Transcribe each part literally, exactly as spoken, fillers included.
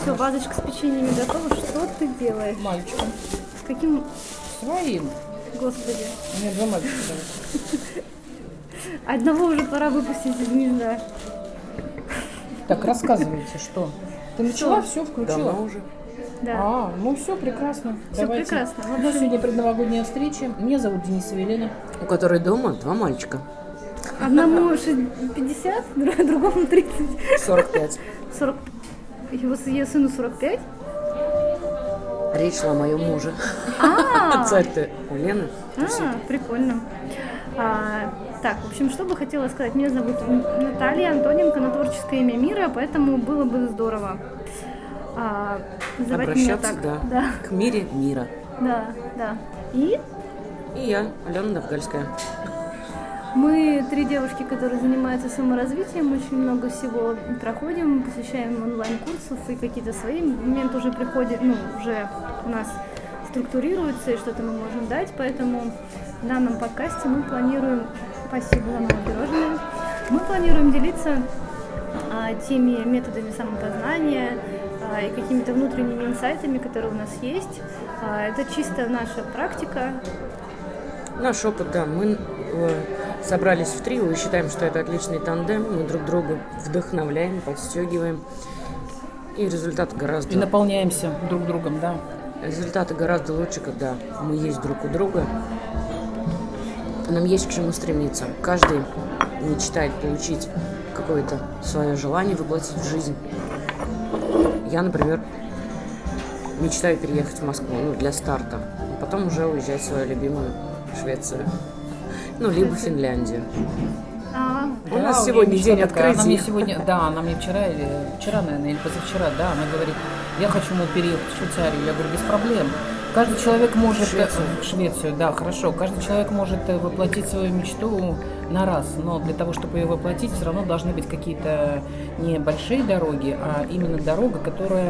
Все, вазочка с печеньями готова. Что ты делаешь? Мальчиком. С каким? Своим. Господи. У меня два мальчика. Одного уже пора выпустить из гнезда. Так, рассказывайте, что? Ты начала, все включила? Давно уже. Да. А, ну все, прекрасно. Все Давайте. прекрасно. У нас сегодня предновогодняя встреча. Меня зовут Денисова Елена. У которой дома два мальчика. Одному пятьдесят, другому тридцать. сорок пять. сорок. Его ее сыну сорок пять? Речь шла о моем муже. А, Царь-то у Лены. а, прикольно. А, так, в общем, что бы хотела сказать. Меня зовут Наталья Антоненко, на творческое имя Мира, поэтому было бы здорово а, называть меня Обращаться, так. да, Да, к мире мира. да, да. И И я, Алена Довгальская. мы три девушки, которые занимаются саморазвитием, очень много всего проходим, посещаем онлайн-курсов и какие-то свои моменты уже приходят, ну, уже у нас структурируются и что-то мы можем дать, поэтому в данном подкасте мы планируем, спасибо за мое пирожное, мы планируем делиться а, теми методами самопознания а, и какими-то внутренними инсайтами, которые у нас есть. А, это чисто наша практика. Наш опыт, да, мы э, собрались в трио и считаем, что это отличный тандем. Мы друг друга вдохновляем, подстегиваем. И результат гораздо... И наполняемся друг другом, да. Результаты гораздо лучше, когда мы есть друг у друга. Нам есть к чему стремиться. Каждый мечтает получить какое-то свое желание воплотить в жизнь. Я, например, мечтаю переехать в Москву, ну, для старта. А потом уже уезжать в свою любимую Швецию. Ну, либо Финляндию. А, У Да, нас меня сегодня мечта день такая. Она мне открытий. сегодня, да, она мне вчера, или вчера, наверное, или позавчера, да, она говорит, я хочу, мол, переехать в Швейцарию. Я говорю, без проблем. Каждый человек может... Швецию. В Швецию, да, хорошо. Каждый человек может э, воплотить свою мечту на раз, но для того, чтобы ее воплотить, все равно должны быть какие-то не большие дороги, а именно дорога, которая,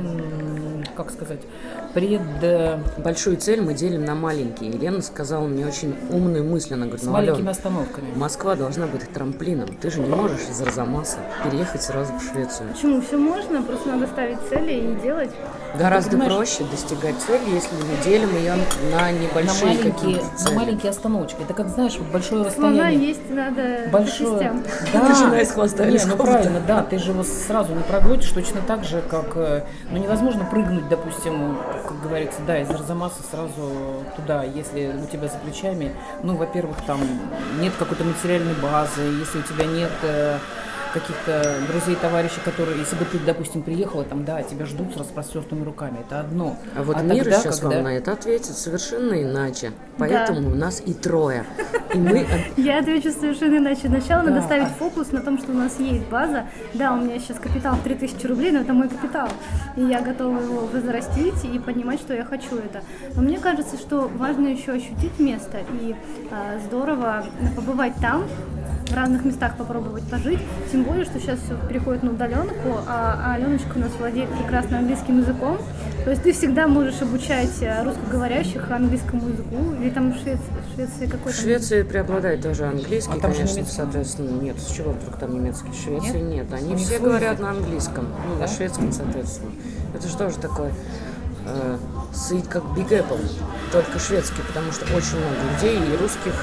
м, как сказать, пред... э, Большую цель мы делим на маленькие. Елена сказала мне очень умную мысль. Она говорит, с ну, маленькими Алена, остановками. Москва должна быть трамплином. Ты же не можешь из Арзамаса переехать сразу в Швецию. почему? Все можно, просто надо ставить цели и делать. Гораздо понимаешь- проще достигать цели, если мы делим ее на На небольшие маленькие, какие-то на цели. маленькие остановочки. Это как, знаешь, вот большое Слона расстояние. есть надо Большое. по частям. Да. Начиная с хвоста или Не, с ну хвоста. правильно, да, ты же его сразу не проглотишь, точно так же, как, э, ну невозможно прыгнуть, допустим, как говорится, да, из Арзамаса сразу туда, если у тебя за плечами, ну, во-первых, там нет какой-то материальной базы, если у тебя нет э, каких-то друзей, товарищей, которые, если бы ты, допустим, приехала, там, да, тебя ждут с распростертыми руками, это одно. А вот а мир тогда, сейчас когда... вам на это ответит совершенно иначе. Поэтому у нас и трое. И мы... Я отвечу совершенно иначе. Сначала надо Да. ставить фокус на том, что у нас есть база. Да, у меня сейчас капитал в три тысячи рублей, но это мой капитал. И я готова его возрастить и понимать, что я хочу это. Но мне кажется, что важно еще ощутить место. И а, здорово побывать там, в разных местах попробовать пожить. Тем более, что сейчас все переходит на удаленку, а, а Аленочка у нас владеет прекрасно английским языком. То есть ты всегда можешь обучать а, русскоговорящих английскому языку. Или там в Швеции, в Швеции какой-то... В Швеции преобладает тоже английский, А там же конечно, немецкий. соответственно. Нет, с чего вдруг там немецкий? В Швеции нет. нет. Они У них все свой говорят язык. на английском. Ну, Да? на шведском, соответственно. Это же тоже такой э, сыт как Big Apple, только шведский, потому что очень много людей, и русских,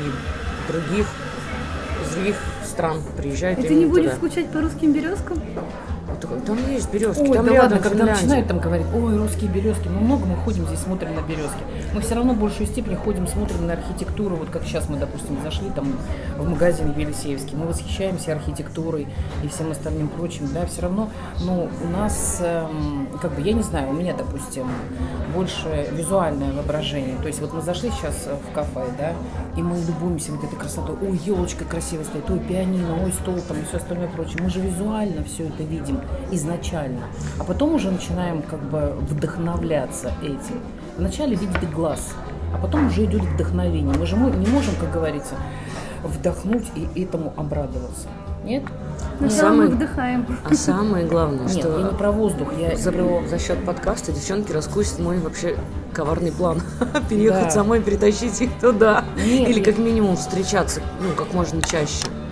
и других, из других стран приезжают И ты именно не будешь туда. скучать по русским березкам? Вот Там есть березки, Ой, там да рядом ладно, когда Финляндия. начинают там говорить, ой, русские березки, ну много мы ходим здесь, смотрим на березки. Мы все равно в большей степени ходим, смотрим на архитектуру, вот как сейчас мы, допустим, зашли там в магазин Елисеевский, мы восхищаемся архитектурой и всем остальным прочим, да, все равно, ну, у нас, эм, как бы, я не знаю, у меня, допустим, больше визуальное воображение, то есть вот мы зашли сейчас в кафе, да, и мы любуемся вот этой красотой, ой, елочка красивая стоит, ой, пианино, ой, стол там и все остальное прочее, мы же визуально все это видим изначально, а потом уже начинаем как бы вдохновляться этим. Вначале видит глаз, а потом уже идет вдохновение. Мы же мы не можем, как говорится, вдохнуть и этому обрадоваться. Нет? Сначала Самое- мы вдыхаем. А самое главное, Нет, что я не про воздух, я за, про... за счет подкаста девчонки раскусят мой вообще коварный план. Переехать Да. самой, перетащить их туда. Нет, Или нет. как минимум встречаться, ну, как можно чаще.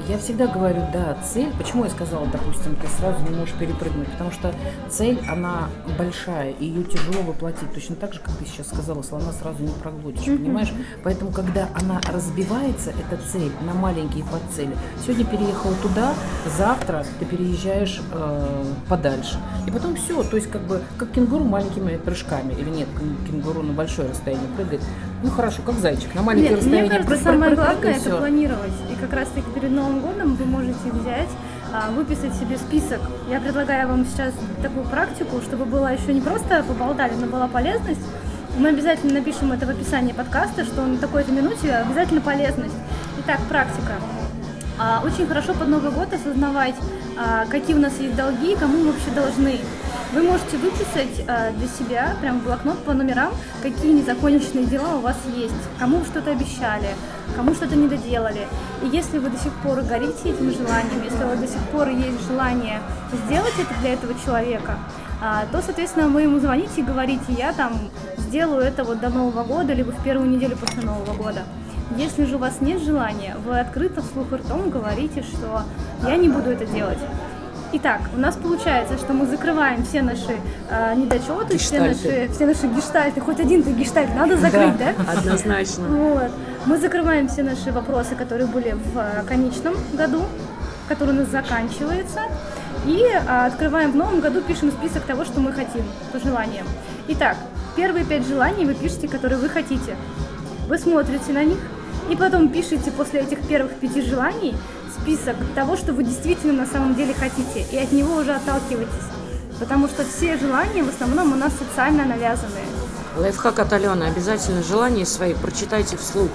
Я всегда говорю, да, цель, почему я сказала, допустим, ты сразу не можешь перепрыгнуть, потому что цель, она большая, и ее тяжело воплотить, точно так же, как ты сейчас сказала, слона сразу не проглотишь, mm-hmm. понимаешь? Поэтому, когда она разбивается, эта цель, на маленькие подцели, сегодня переехала туда, завтра ты переезжаешь э, подальше, и потом все, то есть как бы, как кенгуру маленькими прыжками, или нет, кенгуру на большое расстояние прыгает, ну хорошо, как зайчик, на маленькое нет, расстояние мне кажется, прыг, самое прыг, прыг, главное прыг, это планировать, и как раз таки перед Новым годом вы можете взять, выписать себе список. Я предлагаю вам сейчас такую практику, чтобы было еще не просто поболтали, но была полезность. Мы обязательно напишем это в описании подкаста, что на такой-то минуте обязательно полезность. Итак, практика. Очень хорошо под Новый год осознавать, какие у нас есть долги, кому мы вообще должны. Вы можете выписать для себя, прям в блокнот по номерам, какие незаконченные дела у вас есть, кому вы что-то обещали, кому что-то не доделали. И если вы до сих пор горите этим желанием, если у вас до сих пор есть желание сделать это для этого человека, то, соответственно, вы ему звоните и говорите, я там сделаю это вот до Нового года, либо в первую неделю после Нового года. Если же у вас нет желания, вы открыто вслух и ртом говорите, что я не буду это делать. Итак, у нас получается, что мы закрываем все наши э, недочеты, все наши, все наши гештальты. Хоть один-то гештальт надо закрыть, да? да? Однозначно. Вот. Мы закрываем все наши вопросы, которые были в конечном году, который у нас заканчивается. И э, открываем в новом году, пишем список того, что мы хотим, по желаниям. Итак, первые пять желаний вы пишете, которые вы хотите. Вы смотрите на них и потом пишите после этих первых пяти желаний список того, что вы действительно на самом деле хотите, и от него уже отталкивайтесь, потому что все желания в основном у нас социально навязанные. Лайфхак от Алены. Обязательно желания свои прочитайте вслух.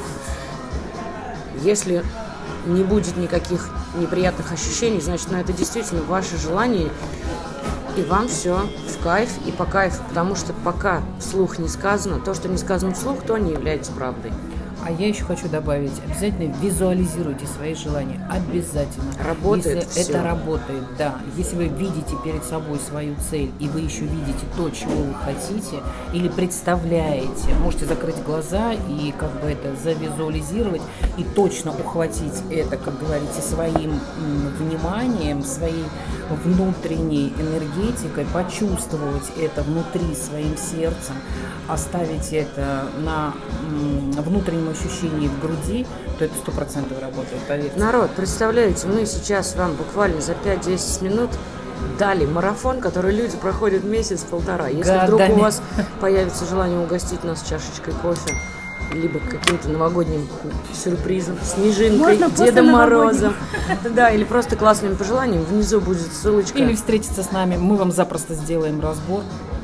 Если не будет никаких неприятных ощущений, значит, ну, это действительно ваше желание, и вам все в кайф и по кайфу, потому что пока вслух не сказано, то, что не сказано вслух, то не является правдой. А я еще хочу добавить, обязательно визуализируйте свои желания, обязательно. Работает Если все. это работает, да. Если вы видите перед собой свою цель, и вы еще видите то, чего вы хотите, или представляете, можете закрыть глаза и как бы это завизуализировать, и точно ухватить это, как говорите, своим м, вниманием, своей внутренней энергетикой, почувствовать это внутри своим сердцем, оставить это на м, внутреннем ощущении в груди, то это сто процентов работает, поверьте. Народ, представляете, мы сейчас вам буквально за пять-десять минут дали марафон, который люди проходят месяц-полтора. Если Годами. вдруг у вас появится желание угостить нас чашечкой кофе, либо каким-то новогодним сюрпризом, снежинкой, Можно Дедом Морозом, да, или просто классным пожеланием, внизу будет ссылочка. Или встретиться с нами, мы вам запросто сделаем разбор.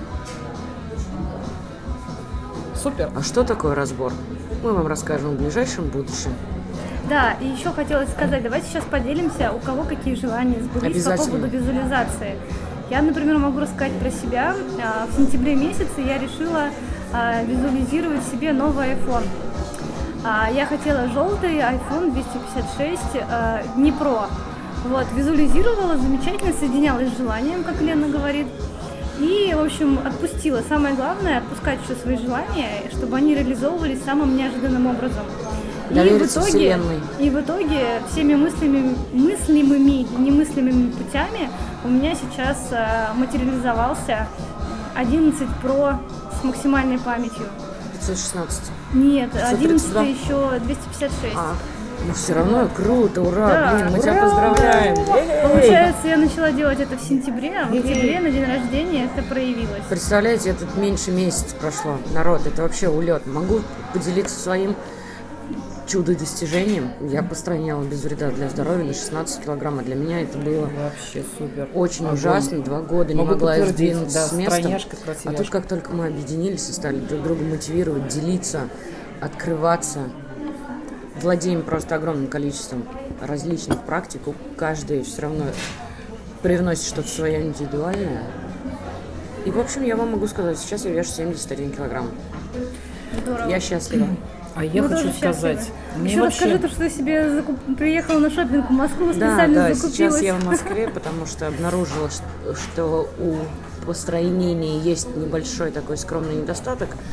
Супер. А что такое разбор? Мы вам расскажем в ближайшем будущем. Да, и еще хотелось сказать, давайте сейчас поделимся, у кого какие желания сбылись по поводу визуализации. Я, например, могу рассказать про себя. В сентябре месяце я решила визуализировать себе новый iPhone. Я хотела желтый iPhone двести пятьдесят шесть не Pro. Вот, визуализировала, замечательно соединялась с желанием, как Лена говорит. И, в общем, отпустила. Самое главное — отпускать еще свои желания, чтобы они реализовывались самым неожиданным образом. И в, итоге, и в итоге всеми мыслями, мыслимыми и немыслимыми путями у меня сейчас э, материализовался одиннадцать Pro с максимальной памятью. пятьсот шестнадцать? Нет, одиннадцать еще двести пятьдесят шесть. А. Ну, все равно круто, ура, да, блин, мы ура! тебя поздравляем. Получается, я начала делать это в сентябре, а в октябре на день рождения это проявилось. Представляете, это меньше месяца прошло. Народ, это вообще улет. Могу поделиться своим чудо-достижением. Я постраняла без вреда для здоровья на шестнадцать килограмм. А для меня это было вообще супер. Очень Огонь. Ужасно. Два года Могу не могла я сдвинуться да, с места. А тут как только мы объединились и стали друг друга мотивировать, делиться, открываться, владеем просто огромным количеством различных практик. Каждый все равно привносит что-то свое индивидуальное. И, в общем, я вам могу сказать, сейчас я вешу семьдесят один килограмм. Здорово. Я счастлива. А я Мы что сказать. Мне Еще вообще... расскажи, то, что ты себе закуп... приехала на шопинг в Москву, специально да, да, закупилась. Сейчас я в Москве, потому что обнаружила, что у построения есть небольшой такой скромный недостаток.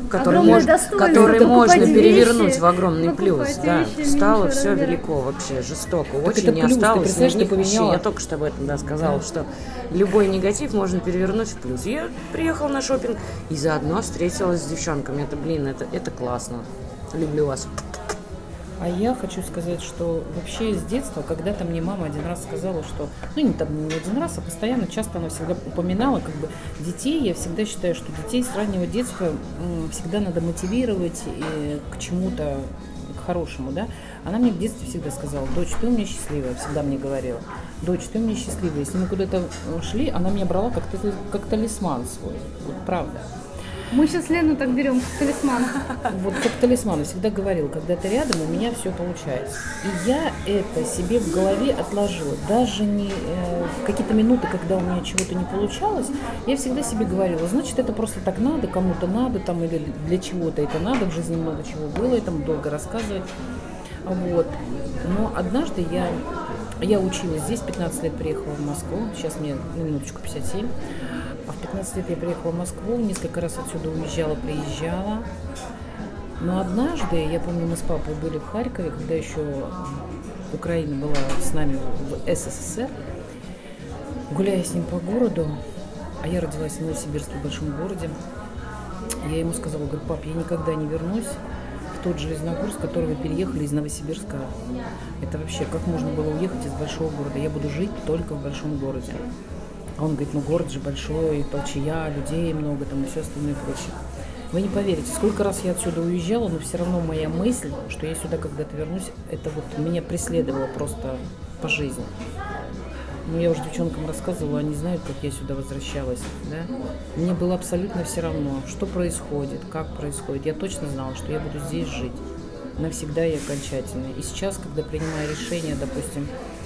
который, мож, который можно перевернуть вещи, в огромный плюс. Да. Стало все размера. Велико, вообще жестоко. Так очень не плюс, осталось никаких вещей. Я только что об этом да, сказала, да. что любой негатив можно перевернуть в плюс. Я приехала на шопинг и заодно встретилась с девчонками. Это, блин, это, это классно. Люблю вас. А я хочу сказать, что вообще с детства, когда-то мне мама один раз сказала, что, ну не, там, не один раз, а постоянно, часто она всегда упоминала, как бы, детей, я всегда считаю, что детей с раннего детства всегда надо мотивировать и к чему-то, к хорошему, да. Она мне в детстве всегда сказала: дочь, ты у меня счастливая, всегда мне говорила, дочь, ты у меня счастливая. Если мы куда-то шли, она меня брала как, как талисман свой, вот правда. Мы сейчас Лену так берем, как талисман. Вот как талисман. Я всегда говорила, когда ты рядом, у меня все получается. И я это себе в голове отложила. Даже не э, в какие-то минуты, когда у меня чего-то не получалось, я всегда себе говорила: значит, это просто так надо, кому-то надо, там, или для чего-то это надо, в жизни много чего было, и там долго рассказывать. Вот. Но однажды я, я училась здесь, пятнадцать лет приехала в Москву, сейчас мне на минуточку пятьдесят семь. А в пятнадцать лет я приехала в Москву, несколько раз отсюда уезжала, приезжала. Но однажды, я помню, мы с папой были в Харькове, когда еще Украина была с нами в СССР. Гуляя с ним по городу, а я родилась в Новосибирске, в большом городе, я ему сказала, говорю: пап, я никогда не вернусь в тот Железногорск, с которого переехали из Новосибирска. Это вообще, как можно было уехать из большого города? Я буду жить только в большом городе. А он говорит: ну город же большой, толчая, людей много, там и все остальное прочее. Вы не поверите, сколько раз я отсюда уезжала, но все равно моя мысль, что я сюда когда-то вернусь, это вот меня преследовало просто по жизни. Ну, я уже девчонкам рассказывала, они знают, как я сюда возвращалась, да. Мне было абсолютно все равно, что происходит, как происходит. Я точно знала, что я буду здесь жить навсегда и окончательно. И сейчас, когда принимаю решение, допустим,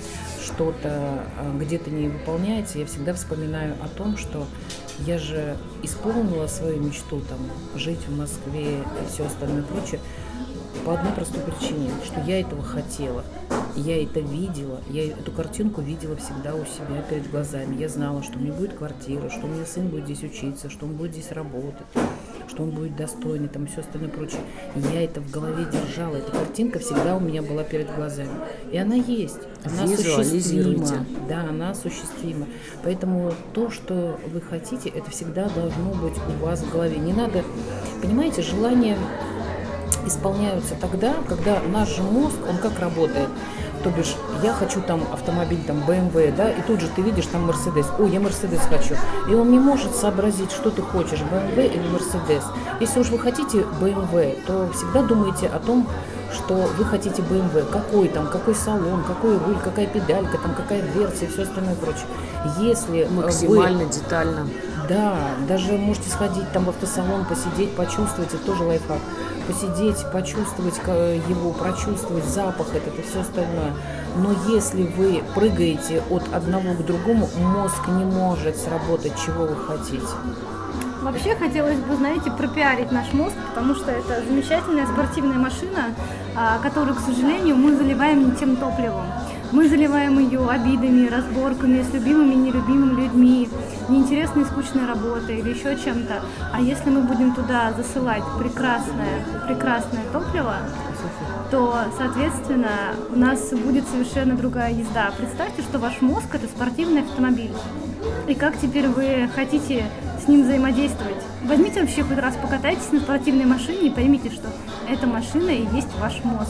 что-то где-то не выполняется, я всегда вспоминаю о том, что я же исполнила свою мечту, там, жить в Москве и все остальное прочее, по одной простой причине, что я этого хотела, я это видела, я эту картинку видела всегда у себя перед глазами. Я знала, что у меня будет квартира, что у меня сын будет здесь учиться, что он будет здесь работать, что он будет достойный, там, и все остальное прочее. Я это в голове держала, эта картинка всегда у меня была перед глазами. И она есть, она осуществима. Да, она осуществима. Поэтому то, что вы хотите, это всегда должно быть у вас в голове. Не надо, понимаете, желание исполняются тогда, когда наш же мозг, он как работает. То бишь, я хочу там автомобиль, там, бэ эм вэ, да, и тут же ты видишь там Мерседес. Ой, я Мерседес хочу. И он не может сообразить, что ты хочешь, бэ эм вэ или Мерседес. Если уж вы хотите бэ эм вэ, то всегда думайте о том, что вы хотите бэ эм вэ. Какой там, какой салон, какой руль, какая педалька, там, какая дверца и все остальное прочее. Если максимально вы... детально. Да, даже можете сходить там в автосалон, посидеть, почувствовать, это тоже лайфхак. Посидеть, почувствовать его, прочувствовать запах этот и все остальное. Но если вы прыгаете от одного к другому, мозг не может сработать, чего вы хотите. Вообще хотелось бы, знаете, пропиарить наш мозг, потому что это замечательная спортивная машина, которую, к сожалению, мы заливаем не тем топливом. Мы заливаем ее обидами, разборками с любимыми и нелюбимыми людьми, неинтересной и скучной работой или еще чем-то. А если мы будем туда засылать прекрасное, прекрасное топливо, то, соответственно, у нас будет совершенно другая езда. Представьте, что ваш мозг – это спортивный автомобиль. И как теперь вы хотите с ним взаимодействовать? Возьмите вообще хоть раз, покатайтесь на спортивной машине и поймите, что эта машина и есть ваш мозг.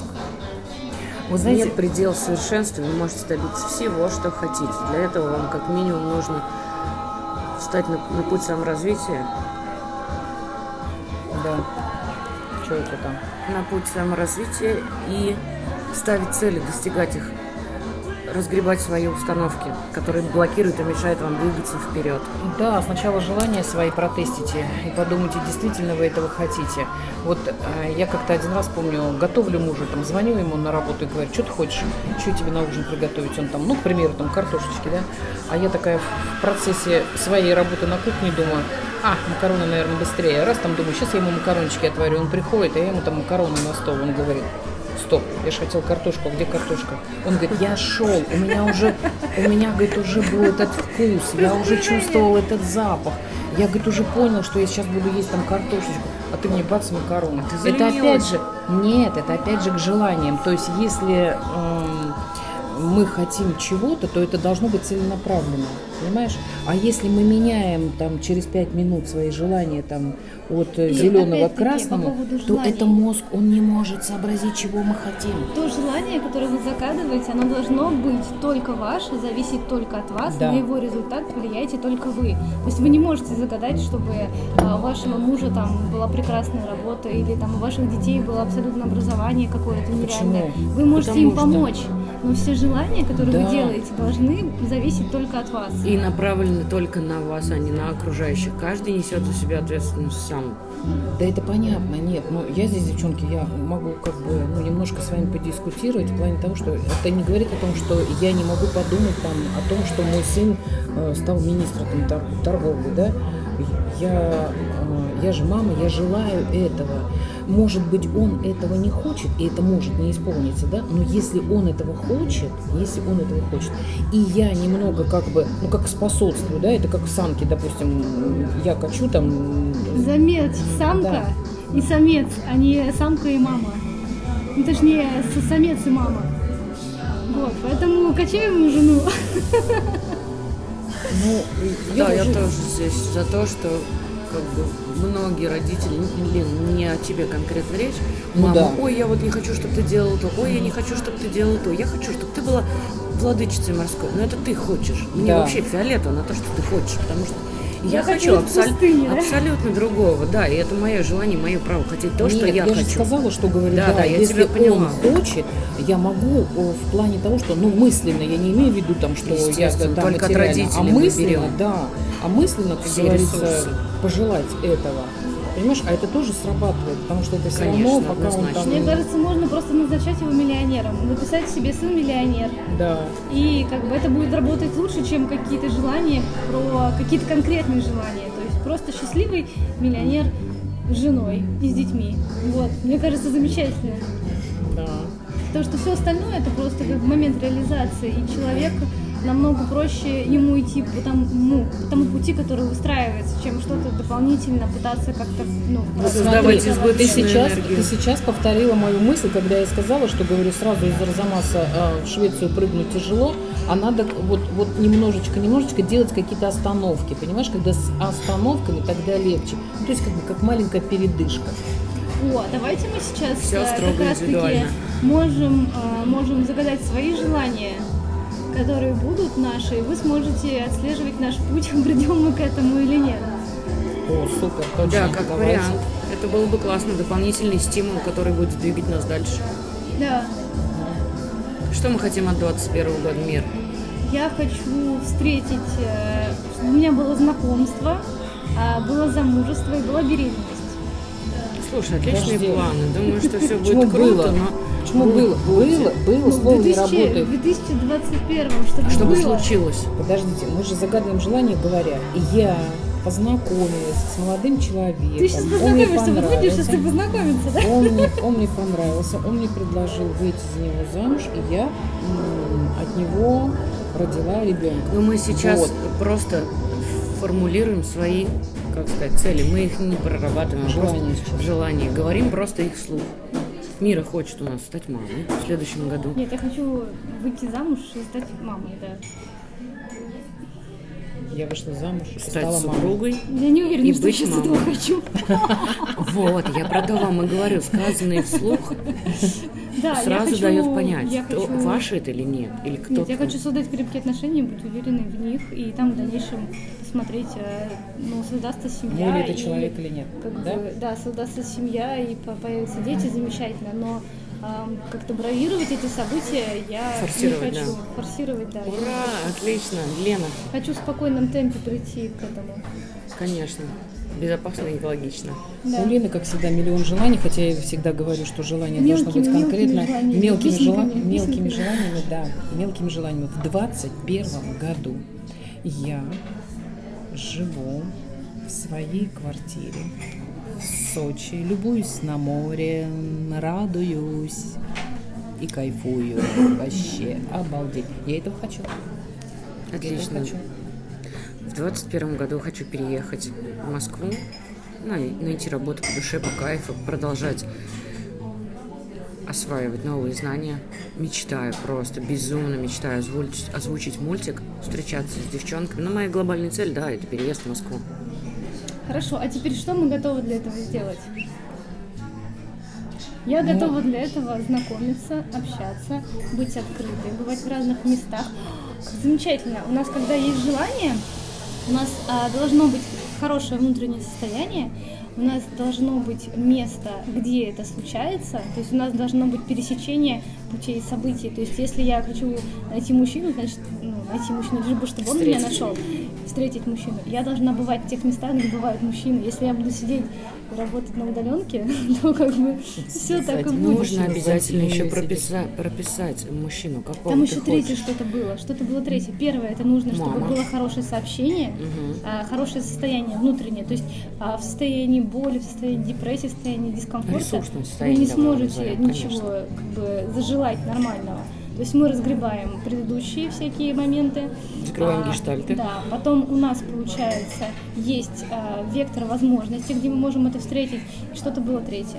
Вы знаете, нет предела совершенства, вы можете добиться всего, что хотите. Для этого вам как минимум нужно встать на, на путь саморазвития. Да. Что это там? На путь саморазвития и ставить цели, достигать их, разгребать свои установки, которые блокируют и мешают вам двигаться вперед. Да, сначала желания свои протестите и подумайте, действительно вы этого хотите. Вот э, я как-то один раз помню, готовлю мужу, там, звоню ему на работу и говорю: что ты хочешь, что тебе на ужин приготовить? Он там, ну, к примеру, там, картошечки, да? А я такая в процессе своей работы на кухне думаю: а, макароны, наверное, быстрее. Раз там думаю, сейчас я ему макарончики отварю. Он приходит, а я ему там макароны на стол. Он говорит: стоп, я же хотел картошку, а где картошка? Он говорит: я шел, у меня уже, у меня, говорит, уже был этот вкус, я уже чувствовал этот запах. Я, говорит, уже понял, что я сейчас буду есть там картошечку. а ты мне бац, макароны. А ты это заленилась. опять же, нет, это опять же к желаниям. То есть если эм, мы хотим чего-то, то это должно быть целенаправленно, понимаешь? А если мы меняем там через пять минут свои желания там от И зеленого к опять-таки, по красному, поводу то желаний. это мозг, он не может сообразить, чего мы хотим. То желание, которое вы загадываете, оно должно быть только ваше, зависеть только от вас, Да. на его результат влияете только вы. То есть вы не можете загадать, чтобы а, у вашего мужа там была прекрасная работа или там у ваших детей было абсолютно образование какое-то нереальное. Почему? Вы можете Потому им что- помочь, но все желания, которые Да. вы делаете, должны зависеть только от вас. И направлены только на вас, а не на окружающих. Каждый несет за себя ответственность сам. Да это понятно, нет. Но я здесь, девчонки, я могу как бы ну, немножко с вами подискутировать в плане того, что это не говорит о том, что я не могу подумать там о том, что мой сын э, стал министром там, тор- торговли, да. Я, э, я же мама, я желаю этого. Может быть, он этого не хочет, и это может не исполниться, да, но если он этого хочет, если он этого хочет, и я немного как бы, ну как способствую, да, это как в самке, допустим, я качу там. Заметь, самка и самец, а не самка и мама. Ну, точнее, с- самец и мама. Вот, поэтому качаем ему жену. Ну, Да, я уже- тоже здесь за то, что как бы многие родители, Лен, не о тебе конкретно речь. Ну Мама, да. ой, я вот не хочу, чтобы ты делала то, ой, я не хочу, чтобы ты делала то. Я хочу, чтобы ты была владычицей морской. Но это ты хочешь. Мне Да. вообще фиолетово на то, что ты хочешь, потому что я, Я хочу хочу в абсол- пустыне, да? абсолютно другого, да, и это мое желание, мое право хотеть то, что Нет, я, я хочу. же сказала, что говорю, Да, да, да, я если тебя поняла. он хочет, я могу о, в плане того, что, ну, мысленно, я не имею в виду там, что я Естественно, да, только от материально, а родителей мы мысленно, берем. да, а мысленно, как Все говорится, ресурсы. пожелать этого. Понимаешь, а это тоже срабатывает, потому что это все Конечно, равно, пока он однозначно. там... Мне кажется, можно просто назначать его миллионером, написать себе сын миллионер. Да. И как бы это будет работать лучше, чем какие-то желания про какие-то конкретные желания. То есть просто счастливый миллионер с женой и с детьми. Вот, мне кажется, замечательно. Да. Потому что все остальное это просто как момент реализации, и человек намного проще ему идти по тому, ну, по тому пути, который выстраивается, чем что-то дополнительно пытаться как-то, ну, Создавать Смотри, избыточную ты сейчас, энергию. ты сейчас повторила мою мысль, когда я сказала, что, говорю, сразу из Арзамаса э, в Швецию прыгнуть тяжело, а надо вот, вот немножечко, немножечко делать какие-то остановки, понимаешь, когда с остановками тогда легче. Ну, то есть как бы как маленькая передышка. О, давайте мы сейчас Всё э, строго как раз таки индивидуально. можем, э, можем загадать свои желания, которые будут наши, и вы сможете отслеживать наш путь, придем мы к этому или нет. О, супер, точно. Да, как давайте. вариант. Это было бы классно, дополнительный стимул, который будет двигать нас дальше. Да, Что мы хотим от двадцать первого года, мир? я хочу встретить, э, чтобы у меня было знакомство, а, было замужество и была беременность. Слушай, отличные Подожди. планы. Думаю, что все Почему будет круто, было? но Почему было? Было, было, Ну, в слово не 2000 работает. в две тысячи двадцать первом, чтобы, что бы было. случилось? Подождите, мы же загадываем желание, говоря, я познакомилась с молодым человеком. Ты сейчас он мне познакомишься, вот выйдешь, понравился. если познакомиться, да? Он мне, он мне понравился, он мне предложил выйти за него замуж, и я м, от него родила ребенка. Но мы сейчас Вот. просто формулируем свои, как сказать, цели. Мы их не прорабатываем, а Желания просто сейчас. желания. Говорим просто их вслух. Мира хочет у нас стать мамой в следующем году. Нет, я хочу выйти замуж и стать мамой, да. Я вышла замуж и Стать стала мамой. супругой. Я не уверена, И что быть сейчас мамой. этого хочу. Вот, я про то вам и говорю, сказанные вслух Да, я сразу хочу- дает понять, я то хочу- ваше это или нет, или кто. Нет, я хочу создать крепкие отношения, быть уверенной в них, и там в дальнейшем посмотреть, э, ну, создастся семья. Мой ли это и человек или нет, как да? бы, да, создастся семья, и по- появятся дети, замечательно, но ам, как-то бравировать эти события я Форсировать, не хочу. да. Форсировать, да. я не Ура, отлично, Лена, Хочу в спокойном темпе прийти к этому. конечно, безопасно и экологично. Да. У Лены, как всегда, миллион желаний, хотя я всегда говорю, что желание должно Мелкими- быть конкретно мелкими желаниями, мелкими, жела- песенками, мелкими песенками. желаниями, да, мелкими желаниями. В двадцать первом году я живу в своей квартире в Сочи, любуюсь на море, радуюсь и кайфую. Вообще обалдеть. Я этого хочу. Я этого Отлично. хочу. В двадцать первом году хочу переехать в Москву, Ну, и найти работу по душе, по кайфу, продолжать осваивать новые знания. Мечтаю просто, безумно мечтаю озвучить, озвучить мультик, встречаться с девчонками. Но моя глобальная цель, да, это переезд в Москву. Хорошо, а теперь что мы готовы для этого сделать? Я готова для этого знакомиться, общаться, быть открытой, бывать в разных местах. Как замечательно. У нас, когда есть желание, у нас а, должно быть хорошее внутреннее состояние, у нас должно быть место, где это случается, то есть у нас должно быть пересечение путей событий. То есть если я хочу найти мужчину, значит, ну, найти мужчину, лишь чтобы он меня нашел, встретить мужчину. Я должна бывать в тех местах, где бывают мужчины. Если я буду сидеть и работать на удаленке, то как бы все так и будет. Нужно обязательно еще прописать, прописать мужчину, какого Там ты еще третье хочешь. что-то было. Что-то было третье. Первое, это нужно, чтобы Мама. было хорошее сообщение, Мгм. а, хорошее состояние внутреннее. То есть а, в состоянии боли, в состоянии депрессии, в состоянии дискомфорта Ресурсное вы состояние, не давай сможете назовем, ничего конечно. как бы зажелать нормального. То есть мы разгребаем предыдущие всякие моменты. Закрываем А, гештальты. Да, потом у нас, получается, есть а, вектор возможностей, где мы можем это встретить. И что-то было третье.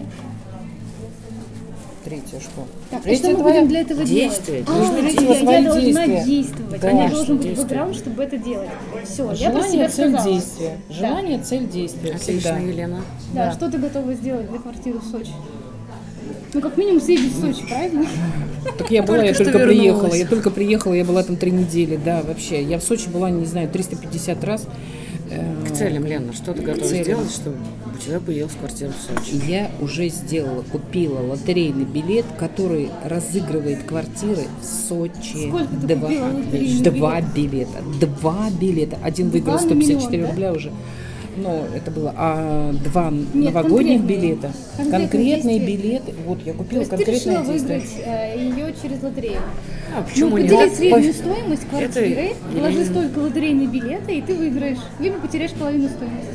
Третье что? Так, и Третье что мы твоя- будем для этого действие. делать? Нужно А, идти я, во я свои должна действия. действовать. Да, У меня конечно, должен быть действие. бэкграунд, чтобы это делать. Все, я про себя Желание, цель, сказала. действие. Желание, цель, действие. Отлично, Всегда. Елена. Да, Да. что ты готова сделать для квартиры в Сочи? Ну, как минимум, съездить в Сочи, правильно? Так я была, Только я что только вернулась. приехала. Я только приехала, я была там три недели, да, вообще. Я в Сочи была, не знаю, триста пятьдесят раз. Э, К целям, Лена, что ты готова целям. сделать, чтобы у тебя появилась квартира в Сочи? Я уже сделала, купила лотерейный билет, который разыгрывает квартиры в Сочи. Сколько ты Два, купила лотерейный два билета. Два билета. Один выиграл Два сто пятьдесят четыре миллиона, да? рубля уже. Ну, это было. А два Нет, новогодних конкретные. билета. Конкретные Конкретные действия. билеты. Вот, я То купила есть ты конкретное решила действие. выиграть э, ее через лотерею. А Ну, почему подели нет? среднюю стоимость квартиры, Это- вложи Елена. столько лотерейные билеты, и ты выиграешь. Либо потеряешь половину стоимости.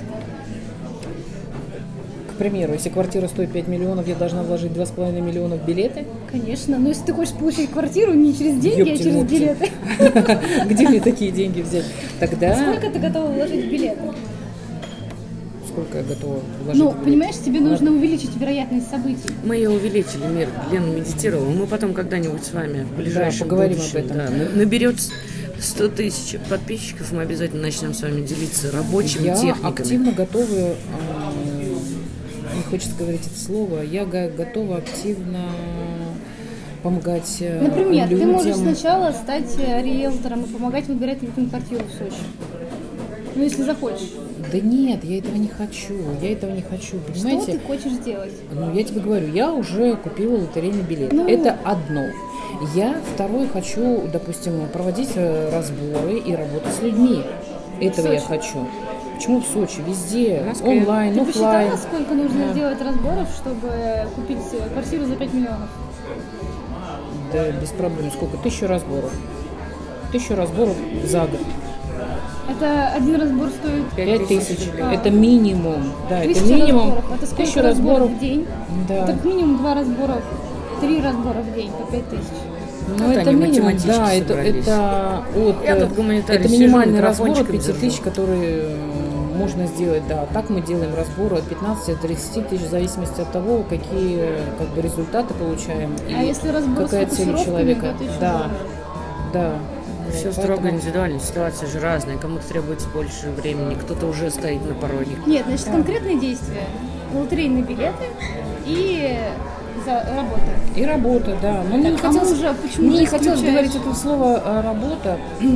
К примеру, если квартира стоит пять миллионов, я должна вложить два с половиной миллиона в билеты. Конечно, но если ты хочешь получить квартиру не через деньги, а через Ёпти-мопти. билеты, Где мне такие деньги взять? Тогда сколько ты готова вложить в билеты? сколько я готова вложить? Ну, в билет? понимаешь, тебе нужно увеличить вероятность событий. Мы ее увеличили, мир. Лена медитировала. Мы потом когда-нибудь с вами в ближайшем поговорим будущем, об этом. да, на- наберет сто тысяч подписчиков, мы обязательно начнем с вами делиться рабочими Я техниками. активно готова, э, не хочется говорить это слово, я го- готова активно помогать э, Например, ты людям. можешь сначала стать э, риэлтором и помогать выбирать людям квартиру в Сочи. Ну, если захочешь. Да нет, я этого не хочу, я этого не хочу, Что понимаете? ты хочешь сделать? Ну, я тебе говорю, я уже купила лотерейный билет. Ну. Это одно. Я второе хочу, допустим, проводить э, разборы и работать с людьми. Этого я Сочи. хочу. Почему в Сочи? Везде, В Москве. онлайн, Ты офлайн. посчитала, сколько нужно Да. сделать разборов, чтобы купить э, квартиру за пять миллионов? Да, без проблем. Сколько? Тысячу разборов. Тысячу разборов за год. Это один разбор стоит Пять тысяч. А. Это минимум. Да, это тысяча минимум. разборов. Это сколько Тысячу разборов разборов. в день? Да. Это как минимум два разбора, три разбора в день по пять тысяч. Ну, Вот это они, минимум, математички да, это, собрались. это от, Я тут гуманитарий это сижу, минимальный разбор от микрофончиком пяти тысяч, держу. который э, можно сделать, да. Так мы делаем разборы от пятнадцати до тридцати тысяч, в зависимости от того, какие как бы, результаты получаем и А если разбор какая с цель у фокусировками, человека. то это еще Да, дороже. да. Все Вот, строго поэтому- индивидуально, ситуация же разная. Кому-то требуется больше времени, кто-то уже стоит на пороге. Нет, значит, конкретные действия. Лотерейные билеты и за работа. И работа, да. Но мне не Так, а хотелось, мужа почему мне ты не хотелось исключаешь? говорить это слово э, работа.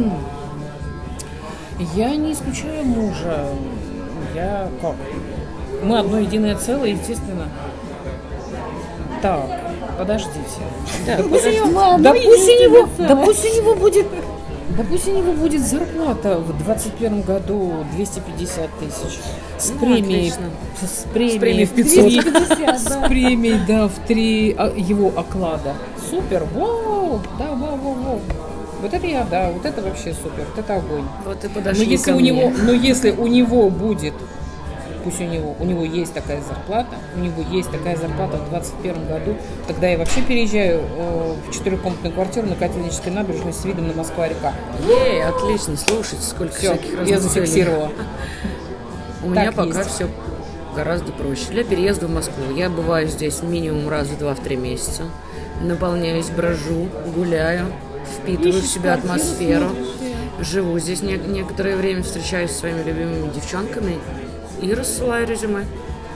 Я не исключаю мужа. Я как? Мы одно единое целое, естественно. Так, подождите. Да, Да пусть у него, Мы одно да пусть у него, единственное да целое. пусть у него будет, да пусть у него будет зарплата в двадцать первом году двести пятьдесят тысяч с Ну, премией, отлично. с премией, С премией в в пятьсот. три- двести пятьдесят, с да. премией, да, в три а, его оклада. Супер, вау, да, вау, вау, вау. Вот это я, да, вот это вообще супер, вот это огонь. Вот и Но подошли если ко у мне. него, но если у него будет, пусть у него, у него есть такая зарплата, у него есть такая зарплата в двадцать первом году, тогда я вообще переезжаю э, в четырехкомнатную квартиру на Котельнической набережной с видом на Москва-река. Ей, отлично, слушайте, сколько Все, всяких я разных целей. зафиксировала. У меня Так пока есть. все гораздо проще. Для переезда в Москву я бываю здесь минимум раза два в три месяца. Наполняюсь, брожу, гуляю, впитываю в себя атмосферу. Живу здесь не- некоторое время, встречаюсь со своими любимыми девчонками и рассылаю резюме.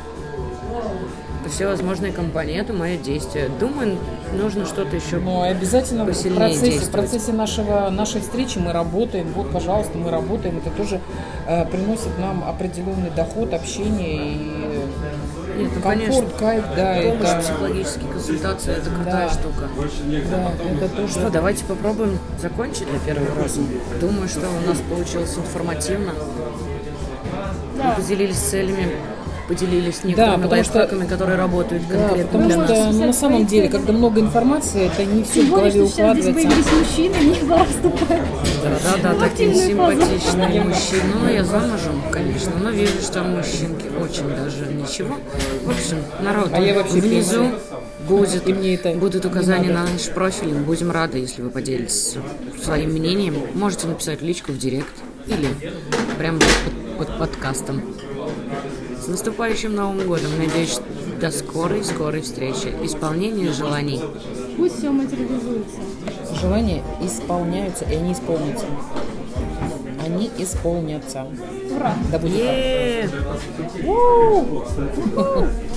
Все возможные компании. Это мое действие. Думаю, нужно что-то еще Но обязательно в посильнее процессе, в действовать. процессе нашего, нашей встречи мы работаем. Вот, пожалуйста, мы работаем. Это тоже э, приносит нам определенный доход, общение и Нет, ну, комфорт, конечно. кайф. Да, Помощь, это, психологические консультации – это крутая Да. штука. да, это тоже. Что, давайте попробуем закончить для первого раза. Думаю, что у нас получилось информативно. Мы поделились целями, поделились некоторыми потому что- лайфхаками, которые работают Да, конкретно потому для что нас. ну, на самом деле, когда много информации, это не все Тем в более, голове что сейчас здесь укладывается. появились мужчины, не пора вступать. Да-да-да, в такие активную фазу. симпатичные мужчины. Ну, я замужем, конечно, но вижу, что мужчинки очень даже ничего. В общем, народ, А я вообще внизу пенсия. будет, И мне это будут не указания надо. на наш профиль. Будем рады, если вы поделитесь своим мнением. Можете написать личку в директ или прямо под, под подкастом. С наступающим Новым годом! Надеюсь, до скорой-скорой встречи. Исполнение желаний. Пусть все материализуется. Желания исполняются, и они исполнятся. Они исполнятся. Ура! Да будет так. Е-е-е! У-у-у!